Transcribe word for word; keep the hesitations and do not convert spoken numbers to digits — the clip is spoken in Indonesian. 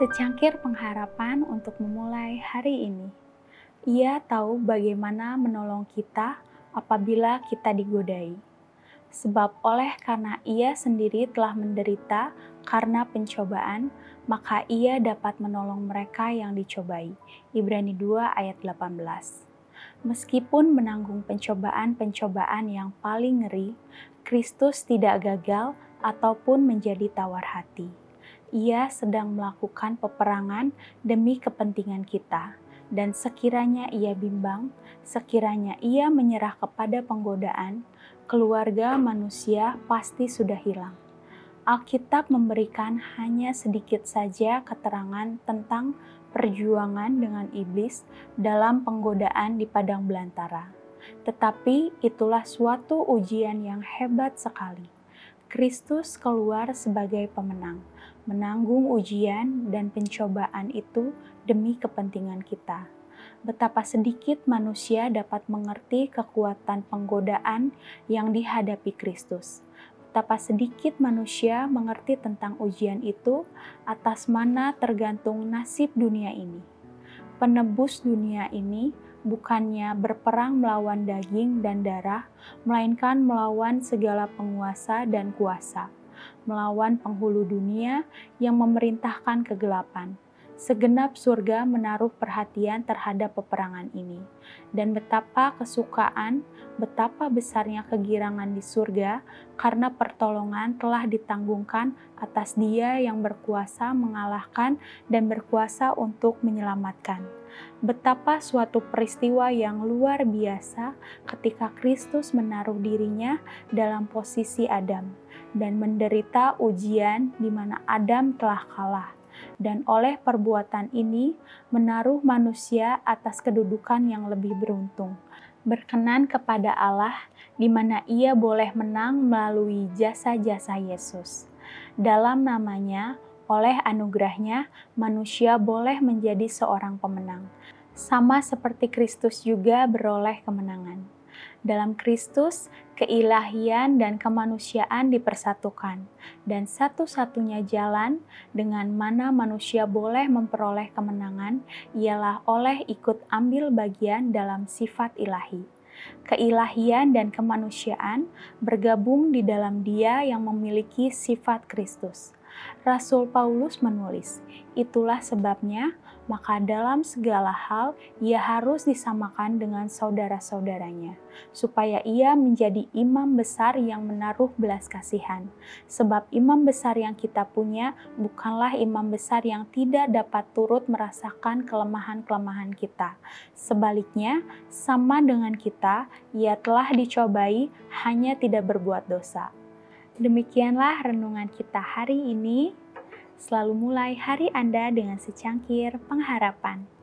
Secangkir pengharapan untuk memulai hari ini. Ia tahu bagaimana menolong kita apabila kita digodai. Sebab oleh karena ia sendiri telah menderita karena pencobaan, maka ia dapat menolong mereka yang dicobai. Ibrani dua ayat delapan belas. Meskipun menanggung pencobaan-pencobaan yang paling ngeri, Kristus tidak gagal ataupun menjadi tawar hati. Ia sedang melakukan peperangan demi kepentingan kita, dan sekiranya ia bimbang, sekiranya ia menyerah kepada penggodaan, keluarga manusia pasti sudah hilang. Alkitab memberikan hanya sedikit saja keterangan tentang perjuangan dengan iblis dalam penggodaan di padang belantara. Tetapi itulah suatu ujian yang hebat sekali. Kristus keluar sebagai pemenang, menanggung ujian dan pencobaan itu demi kepentingan kita. Betapa sedikit manusia dapat mengerti kekuatan penggodaan yang dihadapi Kristus. Betapa sedikit manusia mengerti tentang ujian itu, atas mana tergantung nasib dunia ini. Penebus dunia ini bukannya berperang melawan daging dan darah, melainkan melawan segala penguasa dan kuasa, melawan penghulu dunia yang memerintahkan kegelapan. Segenap surga menaruh perhatian terhadap peperangan ini, dan betapa kesukaan, betapa besarnya kegirangan di surga, karena pertolongan telah ditanggungkan atas Dia yang berkuasa mengalahkan dan berkuasa untuk menyelamatkan. Betapa suatu peristiwa yang luar biasa ketika Kristus menaruh dirinya dalam posisi Adam dan menderita ujian di mana Adam telah kalah, dan oleh perbuatan ini menaruh manusia atas kedudukan yang lebih beruntung, berkenan kepada Allah di mana ia boleh menang melalui jasa-jasa Yesus. Dalam namanya, oleh anugerahnya, manusia boleh menjadi seorang pemenang, sama seperti Kristus juga beroleh kemenangan. Dalam Kristus, keilahian dan kemanusiaan dipersatukan, dan satu-satunya jalan dengan mana manusia boleh memperoleh kemenangan ialah oleh ikut ambil bagian dalam sifat ilahi. Keilahian dan kemanusiaan bergabung di dalam Dia yang memiliki sifat Kristus. Rasul Paulus menulis, itulah sebabnya, maka dalam segala hal ia harus disamakan dengan saudara-saudaranya, supaya ia menjadi imam besar yang menaruh belas kasihan. Sebab imam besar yang kita punya bukanlah imam besar yang tidak dapat turut merasakan kelemahan-kelemahan kita. Sebaliknya, sama dengan kita, ia telah dicobai, hanya tidak berbuat dosa. Demikianlah renungan kita hari ini. Selalu mulai hari Anda dengan secangkir pengharapan.